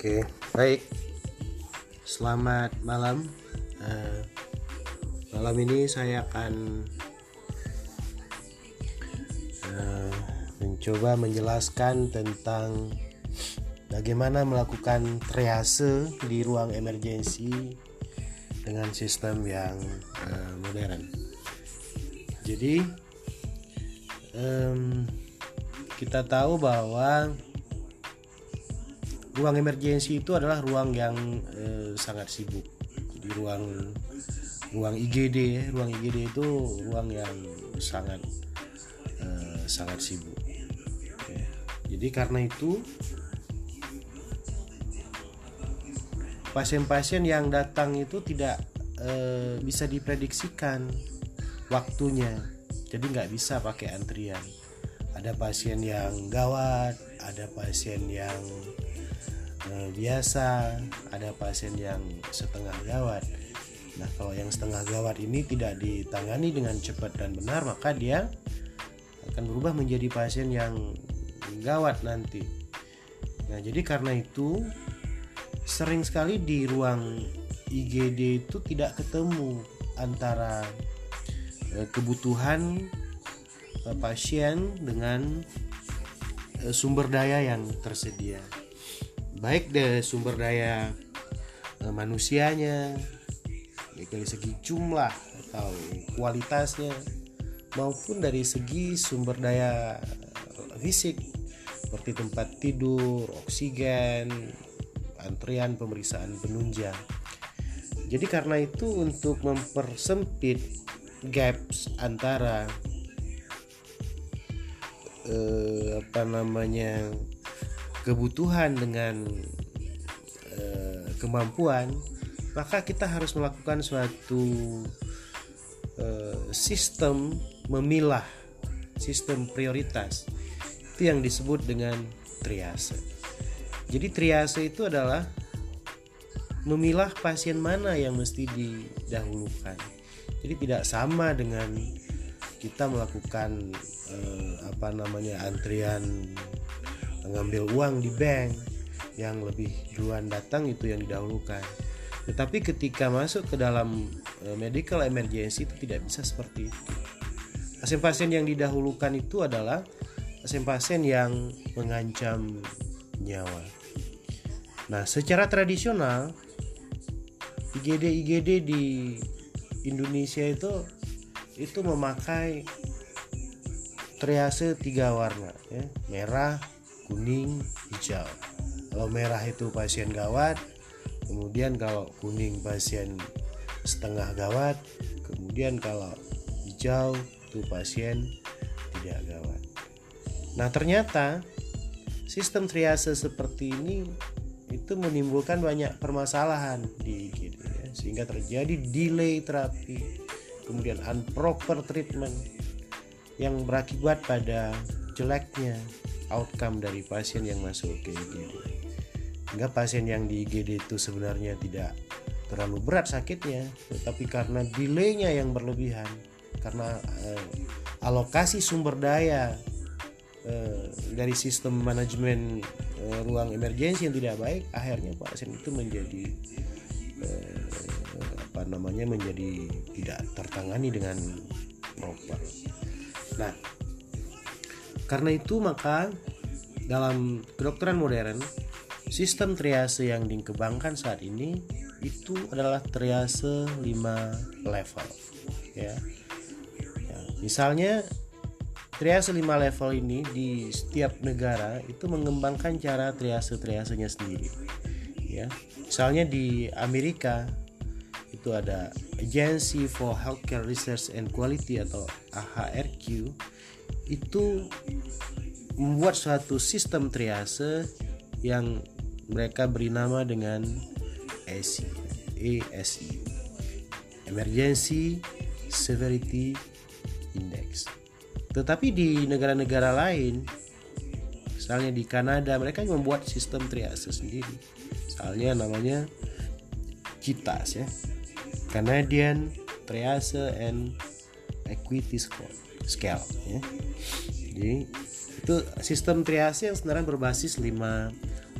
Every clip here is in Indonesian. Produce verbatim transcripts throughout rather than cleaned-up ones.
Oke, baik. Selamat malam. Uh, malam ini saya akan uh, mencoba menjelaskan tentang bagaimana melakukan triase di ruang emergensi dengan sistem yang uh, modern. Jadi um, kita tahu bahwa ruang emergensi itu adalah ruang yang eh, sangat sibuk. Di ruang ruang I G D, ruang I G D itu ruang yang sangat eh, sangat sibuk. Oke. Jadi karena itu pasien-pasien yang datang itu tidak eh, bisa diprediksikan waktunya. Jadi nggak bisa pakai antrian. Ada pasien yang gawat, ada pasien yang biasa, ada pasien yang setengah gawat. Nah, kalau yang setengah gawat ini tidak ditangani dengan cepat dan benar, maka dia akan berubah menjadi pasien yang gawat nanti. Nah, jadi karena itu sering sekali di ruang I G D itu tidak ketemu antara kebutuhan pasien dengan sumber daya yang tersedia. Baik dari sumber daya e, manusianya, baik dari segi jumlah atau kualitasnya, maupun dari segi sumber daya fisik seperti tempat tidur, oksigen, antrian pemeriksaan penunjang. Jadi karena itu untuk mempersempit gaps antara e, apa namanya kebutuhan dengan uh, kemampuan, maka kita harus melakukan suatu uh, sistem memilah, sistem prioritas. Itu yang disebut dengan triase. Jadi triase itu adalah memilah pasien mana yang mesti didahulukan. Jadi tidak sama dengan kita melakukan uh, apa namanya antrian mengambil uang di bank, yang lebih duluan datang itu yang didahulukan. Tetapi ketika masuk ke dalam medical emergency itu tidak bisa seperti itu. Pasien-pasien yang didahulukan itu adalah pasien-pasien yang mengancam nyawa. Nah, secara tradisional I G D I G D di Indonesia itu itu memakai triase tiga warna, ya, merah, kuning, hijau. Kalau merah itu pasien gawat, kemudian kalau kuning pasien setengah gawat, kemudian kalau hijau itu pasien tidak gawat. Nah, ternyata sistem triase seperti ini itu menimbulkan banyak permasalahan di I G D, ya, sehingga terjadi delay terapi, kemudian improper treatment yang berakibat pada jeleknya outcome dari pasien yang masuk ke I G D. Hingga pasien yang di I G D itu sebenarnya tidak terlalu berat sakitnya, tetapi karena delaynya yang berlebihan, karena eh, alokasi sumber daya eh, dari sistem manajemen eh, ruang emergensi yang tidak baik, akhirnya pasien itu menjadi eh, apa namanya menjadi tidak tertangani dengan proper. Nah, karena itu maka dalam kedokteran modern, sistem triase yang dikembangkan saat ini itu adalah triase lima level, ya. Ya, misalnya triase lima level ini di setiap negara itu mengembangkan cara triase-triasenya sendiri, ya. Misalnya di Amerika itu ada Agency for Healthcare Research and Quality atau A H R Q, itu membuat suatu sistem triase yang mereka beri nama dengan E S I, E S I, Emergency Severity Index. Tetapi di negara-negara lain, misalnya di Kanada, mereka membuat sistem triase sendiri. Misalnya namanya C I T A S, ya, Canadian Triase and Equity Score Scale, ya. Jadi itu sistem triase yang sebenarnya berbasis lima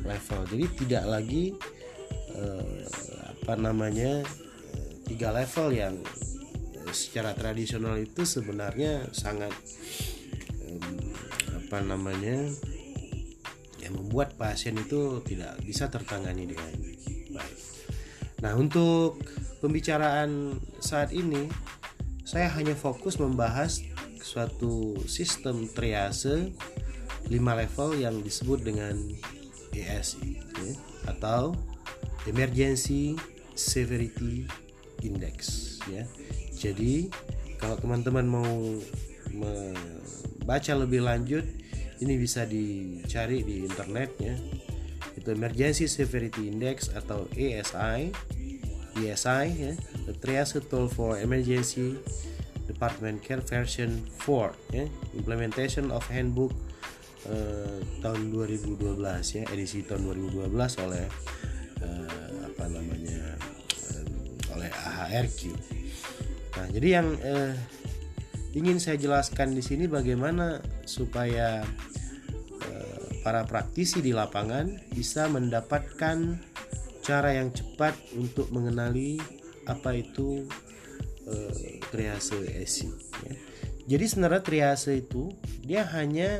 level. Jadi tidak lagi eh, apa namanya tiga level yang secara tradisional itu sebenarnya sangat eh, apa namanya yang membuat pasien itu tidak bisa tertangani dengan baik. Nah, untuk pembicaraan saat ini saya hanya fokus membahas suatu sistem triase lima level yang disebut dengan E S I ya, atau Emergency Severity Index ya. Jadi kalau teman-teman mau membaca lebih lanjut, ini bisa dicari di internet ya. Itu Emergency Severity Index atau E S I. E S I ya, the Triage Tool for Emergency Department Care version empat ya, Implementation of Handbook uh, tahun dua ribu dua belas ya, edisi tahun dua ribu dua belas oleh uh, apa namanya uh, oleh A H R Q. Nah, jadi yang uh, ingin saya jelaskan di sini bagaimana supaya uh, para praktisi di lapangan bisa mendapatkan cara yang cepat untuk mengenali apa itu uh, triase E S I ya. Jadi sebenarnya triase itu dia hanya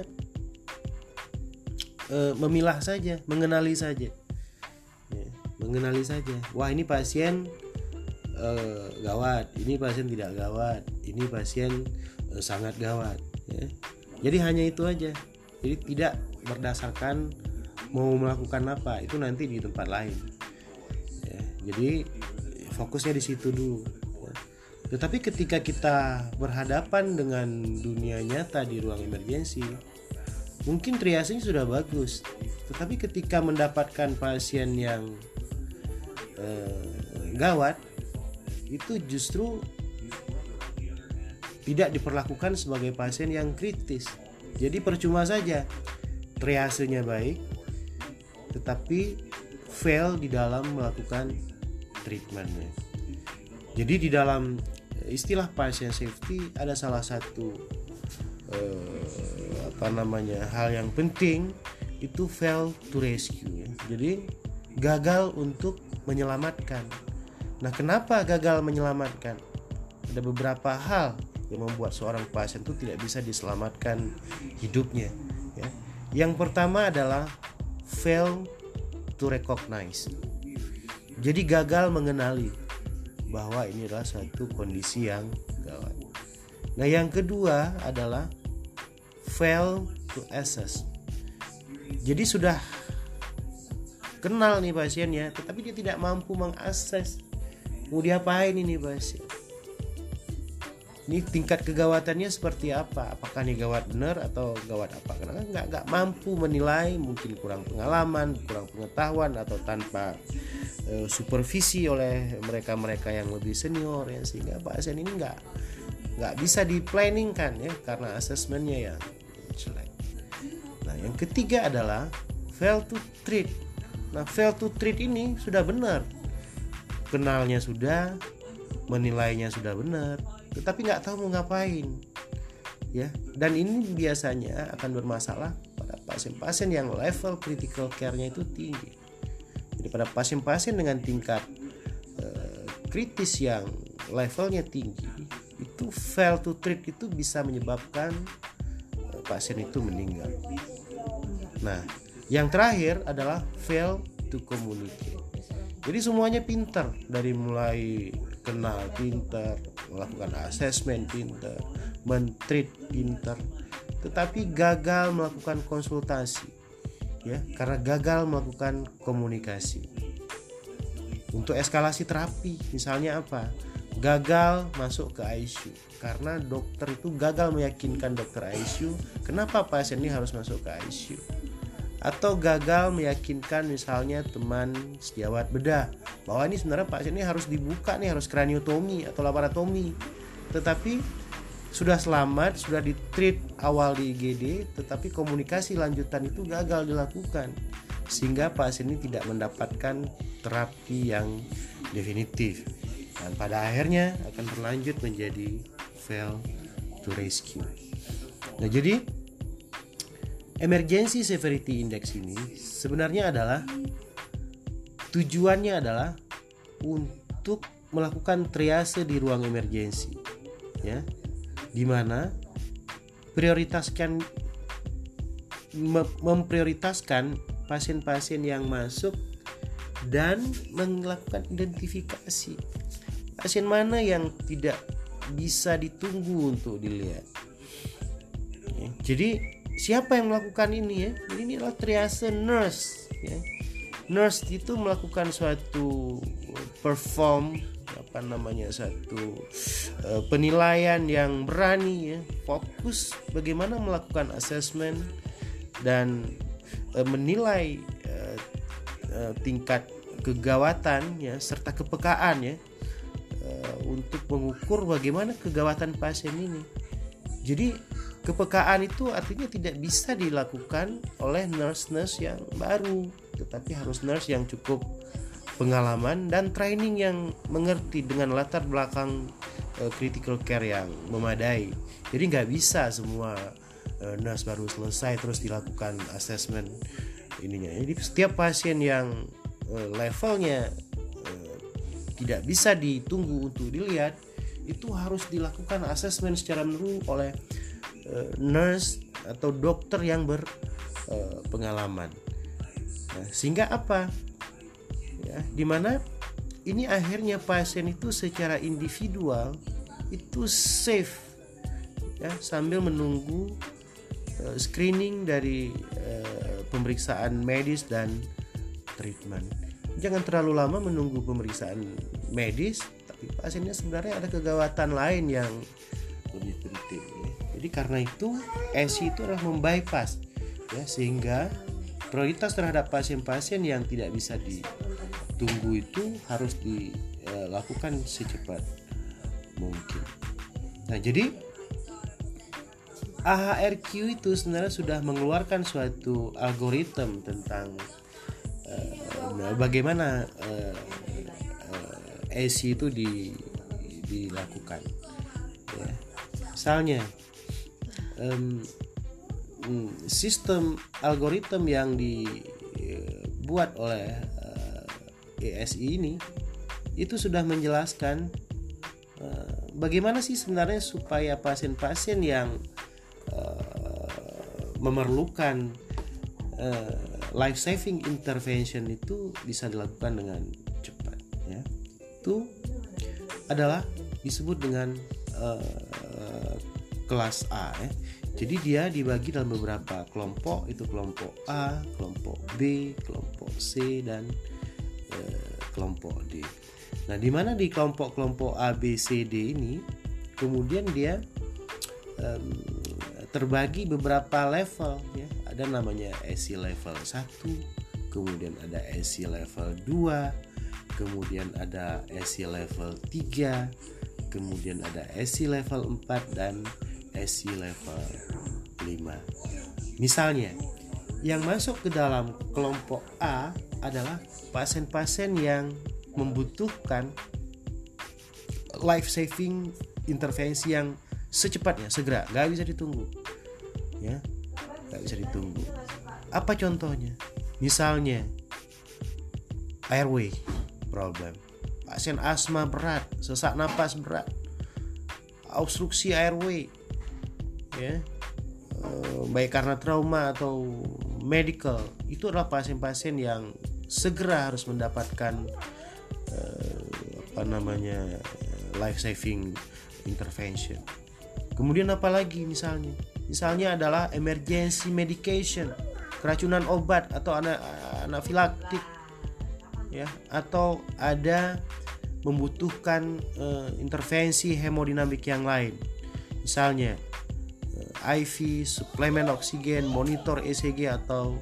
uh, memilah saja, mengenali saja ya, mengenali saja. Wah, ini pasien uh, gawat, ini pasien tidak gawat, ini pasien uh, sangat gawat ya. Jadi hanya itu aja. Jadi tidak berdasarkan mau melakukan apa, itu nanti di tempat lain. Jadi fokusnya di situ dulu. Tetapi ketika kita berhadapan dengan dunia nyata di ruang emergensi, mungkin triasenya sudah bagus. Tetapi ketika mendapatkan pasien yang eh, gawat, itu justru tidak diperlakukan sebagai pasien yang kritis. Jadi percuma saja triasenya baik, tetapi fail di dalam melakukan treatmentnya. Jadi di dalam istilah patient safety ada salah satu eh, apa namanya hal yang penting, itu fail to rescue. Jadi gagal untuk menyelamatkan. Nah, kenapa gagal menyelamatkan? Ada beberapa hal yang membuat seorang pasien itu tidak bisa diselamatkan hidupnya ya. Yang pertama adalah fail to recognize. Jadi gagal mengenali bahwa ini adalah suatu kondisi yang gawat. Nah, yang kedua adalah fail to assess. Jadi sudah kenal nih pasiennya, tetapi dia tidak mampu mengakses mau diapain ini pasien. Ini tingkat kegawatannya seperti apa? Apakah ini gawat benar atau gawat apa? Karena nggak nggak mampu menilai, mungkin kurang pengalaman, kurang pengetahuan, atau tanpa uh, supervisi oleh mereka-mereka yang lebih senior ya, sehingga pasien ini nggak nggak bisa diplanningkan ya karena asesmennya yang jelek. Nah, yang ketiga adalah fail to treat. Nah, fail to treat ini sudah benar, kenalnya sudah, menilainya sudah benar, tetapi nggak tahu mau ngapain ya. Dan ini biasanya akan bermasalah pada pasien-pasien yang level critical care-nya itu tinggi. Jadi pada pasien-pasien dengan tingkat uh, kritis yang levelnya tinggi, itu fail to treat itu bisa menyebabkan uh, pasien itu meninggal. Nah, yang terakhir adalah fail to communicate. Jadi semuanya pintar, dari mulai kenal pintar, melakukan asesmen pintar, men-treat pintar, tetapi gagal melakukan konsultasi ya, karena gagal melakukan komunikasi. Untuk eskalasi terapi misalnya apa? Gagal masuk ke I C U karena dokter itu gagal meyakinkan dokter I C U kenapa pasien ini harus masuk ke I C U. Atau gagal meyakinkan misalnya teman sejawat bedah bahwa ini sebenarnya pasien ini harus dibuka nih, harus kraniotomi atau laparotomi, tetapi sudah selamat, sudah ditreat awal di I G D, tetapi komunikasi lanjutan itu gagal dilakukan, sehingga pasien ini tidak mendapatkan terapi yang definitif dan pada akhirnya akan berlanjut menjadi fail to rescue. Nah, jadi Emergency Severity Index ini sebenarnya adalah tujuannya adalah untuk melakukan triase di ruang emergensi, ya, di mana prioritaskan memprioritaskan pasien-pasien yang masuk dan melakukan identifikasi pasien mana yang tidak bisa ditunggu untuk dilihat. Ya, jadi siapa yang melakukan ini ya? Jadi ini adalah triase nurse. Ya. Nurse itu melakukan suatu perform apa namanya satu uh, penilaian yang berani ya, fokus bagaimana melakukan assessment dan uh, menilai uh, uh, tingkat kegawatan ya serta kepekaan ya uh, untuk mengukur bagaimana kegawatan pasien ini. Jadi kepekaan itu artinya tidak bisa dilakukan oleh nurse-nurse yang baru, tetapi harus nurse yang cukup pengalaman dan training yang mengerti dengan latar belakang uh, critical care yang memadai. Jadi nggak bisa semua uh, nurse baru selesai terus dilakukan assessment ininya. Jadi setiap pasien yang uh, levelnya uh, tidak bisa ditunggu untuk dilihat itu harus dilakukan assessment secara menyeluruh oleh uh, nurse atau dokter yang berpengalaman. Uh, nah, sehingga apa? Ya, dimana ini akhirnya pasien itu secara individual itu safe ya sambil menunggu uh, screening dari uh, pemeriksaan medis dan treatment. Jangan terlalu lama menunggu pemeriksaan medis, tapi pasiennya sebenarnya ada kegawatan lain yang lebih penting ya. Jadi karena itu A C itu adalah membypass ya, sehingga prioritas terhadap pasien-pasien yang tidak bisa ditunggu itu harus dilakukan secepat mungkin. Nah, jadi A H R Q itu sebenarnya sudah mengeluarkan suatu algoritma tentang uh, bagaimana uh, uh, A C itu di, dilakukan. Ya. Misalnya um, sistem algoritma yang dibuat oleh uh, A S I ini itu sudah menjelaskan uh, bagaimana sih sebenarnya supaya pasien-pasien yang uh, memerlukan uh, life saving intervention itu bisa dilakukan dengan cepat ya. Itu adalah disebut dengan uh, kelas A ya. Jadi dia dibagi dalam beberapa kelompok, itu kelompok A, kelompok B, kelompok C, dan e, kelompok D. Nah, di mana di kelompok-kelompok A, B, C, D ini, kemudian dia e, terbagi beberapa level. Ya. Ada namanya A C level satu, kemudian ada A C level dua, kemudian ada A C level tiga, kemudian ada A C level empat, dan A C level lima. Misalnya, yang masuk ke dalam kelompok A adalah pasien-pasien yang membutuhkan life saving intervensi yang secepatnya, segera, nggak bisa ditunggu, ya, nggak bisa ditunggu. Apa contohnya? Misalnya, airway problem, pasien asma berat, sesak napas berat, obstruksi airway. Ya, baik karena trauma atau medical, itu adalah pasien-pasien yang segera harus mendapatkan eh, apa namanya life saving intervention. Kemudian apa lagi misalnya? Misalnya adalah emergency medication, keracunan obat atau anafilaktik, ya, atau ada membutuhkan eh, intervensi hemodinamik yang lain, misalnya I V, suplemen oksigen, monitor E C G, atau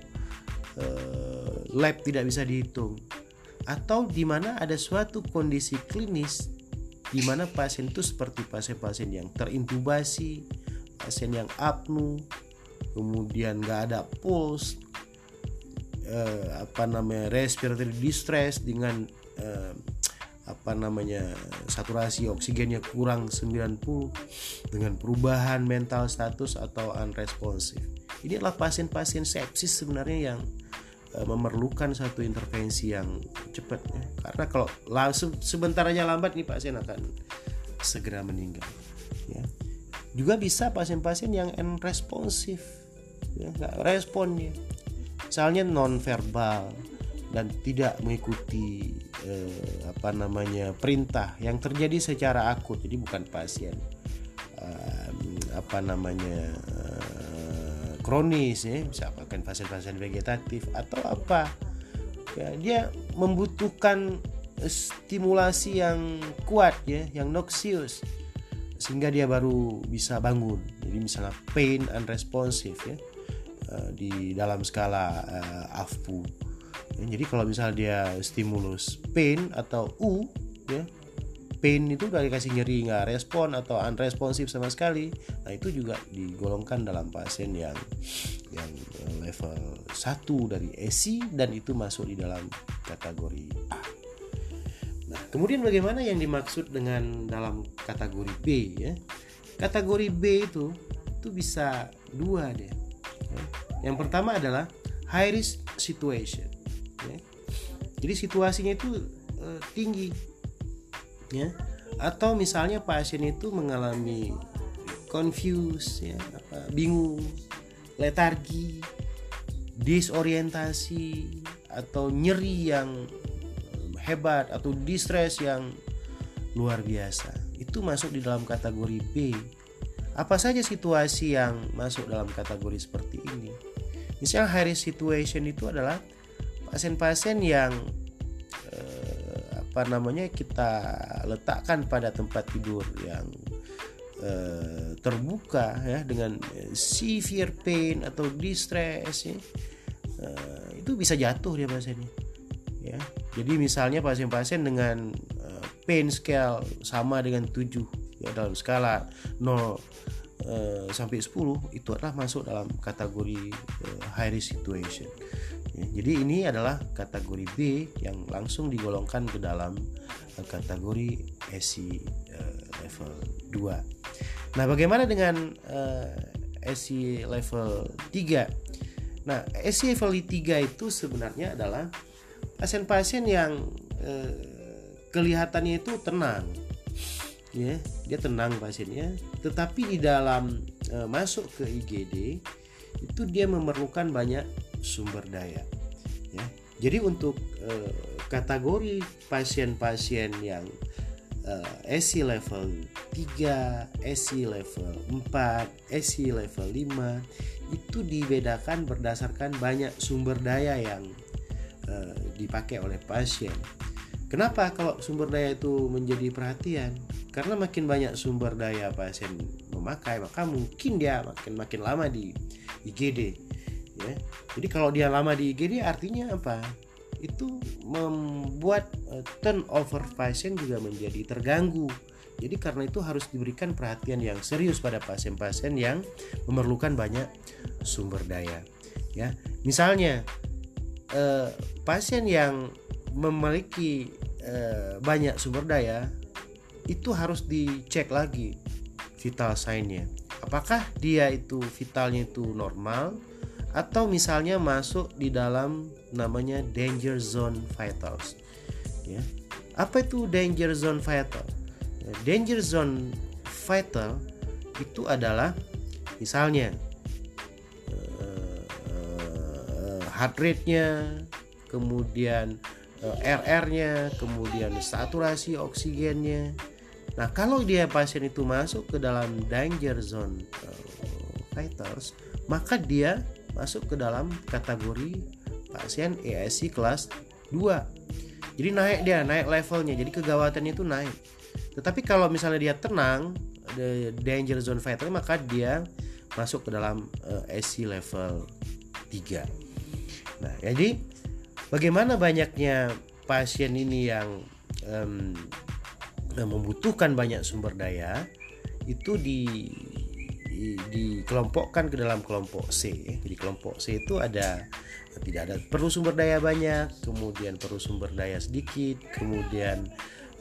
uh, lab tidak bisa dihitung, atau di mana ada suatu kondisi klinis di mana pasien itu seperti pasien-pasien yang terintubasi, pasien yang apnu, kemudian nggak ada pulse, uh, apa namanya respiratory distress dengan uh, apa namanya saturasi oksigennya kurang sembilan puluh dengan perubahan mental status atau unresponsive. Ini adalah pasien-pasien sepsis sebenarnya yang uh, memerlukan satu intervensi yang cepat ya. Karena kalau langsung sebentar aja lambat nih pasien akan segera meninggal ya. Juga bisa pasien-pasien yang unresponsive ya, nggak respon ya. Misalnya non-verbal dan tidak mengikuti eh, apa namanya perintah yang terjadi secara akut. Jadi bukan pasien eh, apa namanya eh, kronis ya, misalkan pasien-pasien vegetatif atau apa ya, dia membutuhkan stimulasi yang kuat ya, yang noxious sehingga dia baru bisa bangun. Jadi misalnya pain unresponsive ya, di dalam skala uh, A F P U ya, jadi kalau misalnya dia stimulus pain atau U ya, pain itu udah dikasih nyeri nggak respon atau unresponsive sama sekali, nah itu juga digolongkan dalam pasien yang yang level satu dari E S I dan itu masuk di dalam kategori A. Nah kemudian bagaimana yang dimaksud dengan dalam kategori B ya? Kategori B itu itu bisa dua deh. Yang pertama adalah high risk situation ya. Jadi situasinya itu uh, tinggi ya. Atau misalnya pasien itu mengalami confuse ya, apa, bingung, letargi, disorientasi atau nyeri yang hebat atau distress yang luar biasa. Itu masuk di dalam kategori B. Apa saja situasi yang masuk dalam kategori seperti ini? Misalnya high risk situation itu adalah pasien-pasien yang eh, apa namanya kita letakkan pada tempat tidur yang eh, terbuka ya, dengan severe pain atau distress ya. Eh, itu bisa jatuh dia pasiennya ya. Jadi misalnya pasien-pasien dengan eh, pain scale sama dengan tujuh ya, dalam skala nol Uh, sampai sepuluh itu adalah masuk dalam kategori uh, high risk situation ya, jadi ini adalah kategori B yang langsung digolongkan ke dalam uh, kategori E S I uh, level dua. Nah bagaimana dengan uh, E S I level tiga? Nah E S I level tiga itu sebenarnya adalah pasien-pasien yang uh, kelihatannya itu tenang ya, dia tenang pasiennya, tetapi di dalam e, masuk ke I G D itu dia memerlukan banyak sumber daya ya. Jadi untuk e, kategori pasien-pasien yang e, E S I level tiga, E S I level empat, E S I level lima itu dibedakan berdasarkan banyak sumber daya yang e, dipakai oleh pasien. Kenapa kalau sumber daya itu menjadi perhatian? Karena makin banyak sumber daya pasien memakai, maka mungkin dia makin makin lama di I G D ya. Jadi kalau dia lama di I G D artinya apa? Itu membuat uh, turnover pasien juga menjadi terganggu. Jadi karena itu harus diberikan perhatian yang serius pada pasien-pasien yang memerlukan banyak sumber daya ya. Misalnya uh, pasien yang memiliki uh, banyak sumber daya itu harus dicek lagi vital sign-nya. Apakah dia itu vitalnya itu normal atau misalnya masuk di dalam namanya danger zone vitals. Ya. Apa itu danger zone vital? Danger zone vital itu adalah misalnya uh, heart rate-nya, kemudian uh, R R-nya, kemudian saturasi oksigennya. Nah, kalau dia pasien itu masuk ke dalam danger zone uh, vitals, maka dia masuk ke dalam kategori pasien E S I kelas dua. Jadi naik dia, naik levelnya. Jadi kegawatannya itu naik. Tetapi kalau misalnya dia tenang, the danger zone vital, maka dia masuk ke dalam uh, E S I level tiga. Nah, jadi bagaimana banyaknya pasien ini yang um, membutuhkan banyak sumber daya itu di, di dikelompokkan ke dalam kelompok C. Jadi kelompok C itu ada tidak ada perlu sumber daya banyak, kemudian perlu sumber daya sedikit, kemudian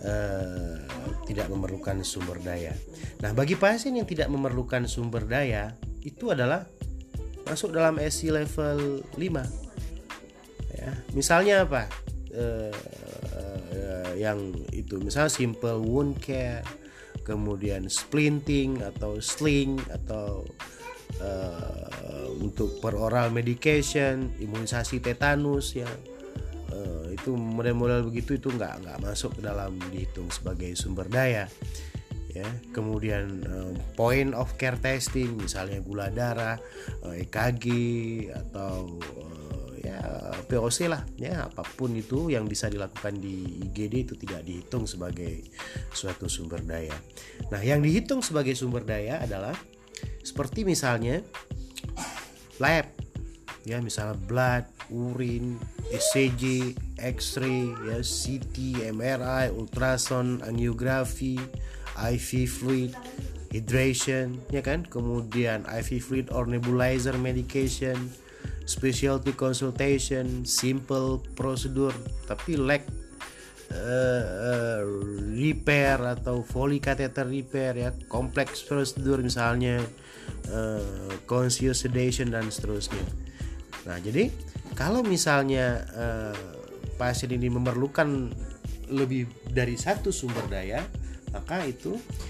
eh, tidak memerlukan sumber daya. Nah, bagi pasien yang tidak memerlukan sumber daya itu adalah masuk dalam S I level lima. Ya, misalnya apa? Eh, eh, yang itu misalnya simple wound care, kemudian splinting atau sling atau uh, untuk peroral medication, imunisasi tetanus ya. Uh, itu model-model begitu itu nggak nggak masuk ke dalam dihitung sebagai sumber daya ya. Kemudian uh, point of care testing misalnya gula darah, uh, E K G atau uh, ya P O C lah ya, apapun itu yang bisa dilakukan di I G D itu tidak dihitung sebagai suatu sumber daya. Nah, yang dihitung sebagai sumber daya adalah seperti misalnya lab ya, misalnya blood, urin, E C G, X-ray, ya, C T, M R I, ultrasound, angiografi, I V fluid, hydration, ya kan? Kemudian I V fluid or nebulizer medication, specialty consultation, simple prosedur, tapi lag uh, uh, repair atau Foley catheter repair ya, complex prosedur misalnya uh, conscious sedation dan seterusnya. Nah, jadi kalau misalnya uh, pasien ini memerlukan lebih dari satu sumber daya, maka itu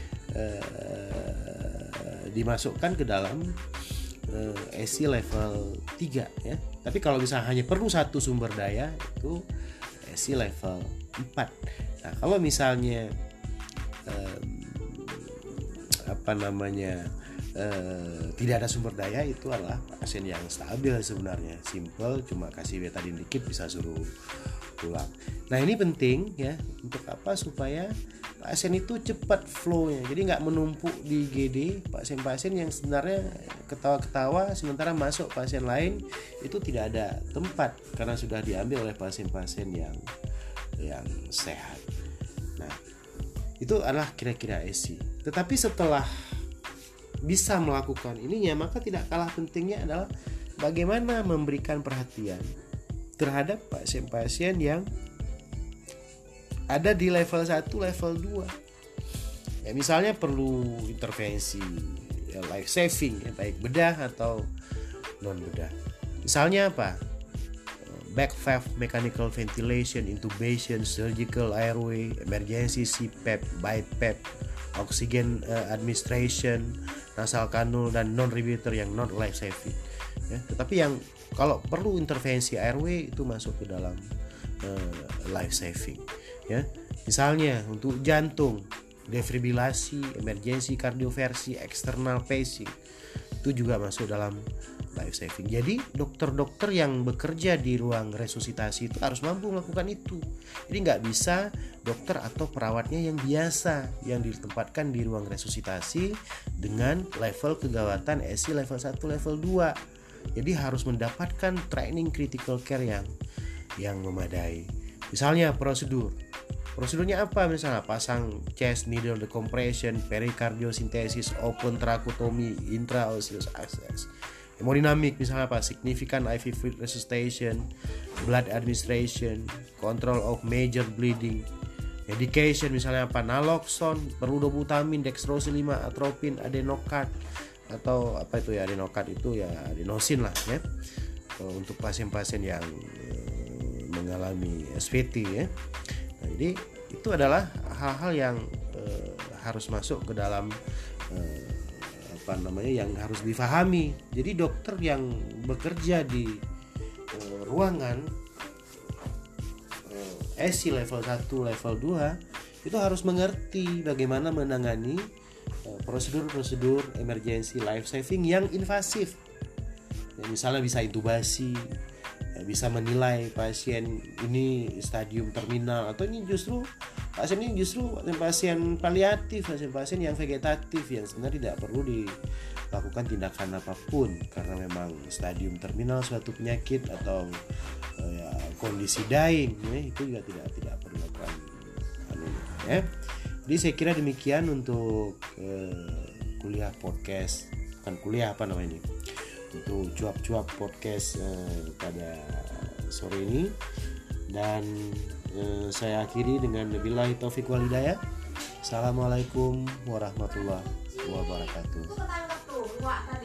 uh, dimasukkan ke dalam uh, S I level tiga ya. Tapi kalau misalnya hanya perlu satu sumber daya, itu S I level empat. Nah, kalau misalnya um, apa namanya Uh, tidak ada sumber daya, itu adalah pasien yang stabil sebenarnya, simple, cuma kasih betadine dikit bisa suruh pulang. Nah, ini penting ya, untuk apa? Supaya pasien itu cepat flow-nya, jadi nggak menumpuk di I G D pasien-pasien yang sebenarnya ketawa-ketawa sementara masuk pasien lain itu tidak ada tempat karena sudah diambil oleh pasien-pasien yang yang sehat. Nah, itu adalah kira-kira S I. Tetapi setelah bisa melakukan ininya, maka tidak kalah pentingnya adalah bagaimana memberikan perhatian terhadap pasien-pasien yang ada di level satu, level dua. Ya, misalnya perlu intervensi ya, life saving ya, baik bedah atau non bedah. Misalnya apa? Back valve mechanical ventilation, intubation, surgical airway, emergency C PAP, BiPAP, oxygen uh, administration, nasal kanul, dan non rebreather yang non life saving ya. Tetapi yang kalau perlu intervensi airway itu masuk ke dalam uh, life saving ya. Misalnya untuk jantung, defibrilasi, emergency cardioversi, external pacing, itu juga masuk dalam life saving. Jadi dokter-dokter yang bekerja di ruang resusitasi itu harus mampu melakukan itu. Jadi nggak bisa dokter atau perawatnya yang biasa yang ditempatkan di ruang resusitasi dengan level kegawatan S I level satu, level dua. Jadi harus mendapatkan training critical care yang yang memadai. Misalnya prosedur. Prosedurnya apa? Misalnya pasang chest needle decompression, pericardiosintesis, open tracheotomy, intraosseous access. Hemodinamik misalnya apa? Significant I V fluid resuscitation, blood administration, control of major bleeding. Medication misalnya apa? Naloxone, perludobutamin, dextrosin lima, atropine, adenocat, atau apa itu ya, adenocat itu ya adenosin lah ya, untuk pasien-pasien yang mengalami S V T ya. Nah, jadi itu adalah hal-hal yang eh, harus masuk ke dalam eh, apa namanya yang harus difahami. Jadi dokter yang bekerja di eh, ruangan eh, S I level satu, level dua itu harus mengerti bagaimana menangani eh, prosedur-prosedur emergency life saving yang invasif. Ya, misalnya bisa intubasi, bisa menilai pasien ini stadium terminal atau ini justru pasien ini justru pasien paliatif, pasien-pasien yang vegetatif yang sebenarnya tidak perlu dilakukan tindakan apapun karena memang stadium terminal suatu penyakit atau ya, kondisi dying ya, itu juga tidak tidak perlu dilakukan ya. Jadi saya kira demikian untuk eh, kuliah podcast, bukan kuliah apa namanya ini, untuk cuap-cuap podcast eh, pada sore ini. Dan eh, saya akhiri dengan wabillahi taufik wal hidayah. Assalamualaikum warahmatullahi wabarakatuh.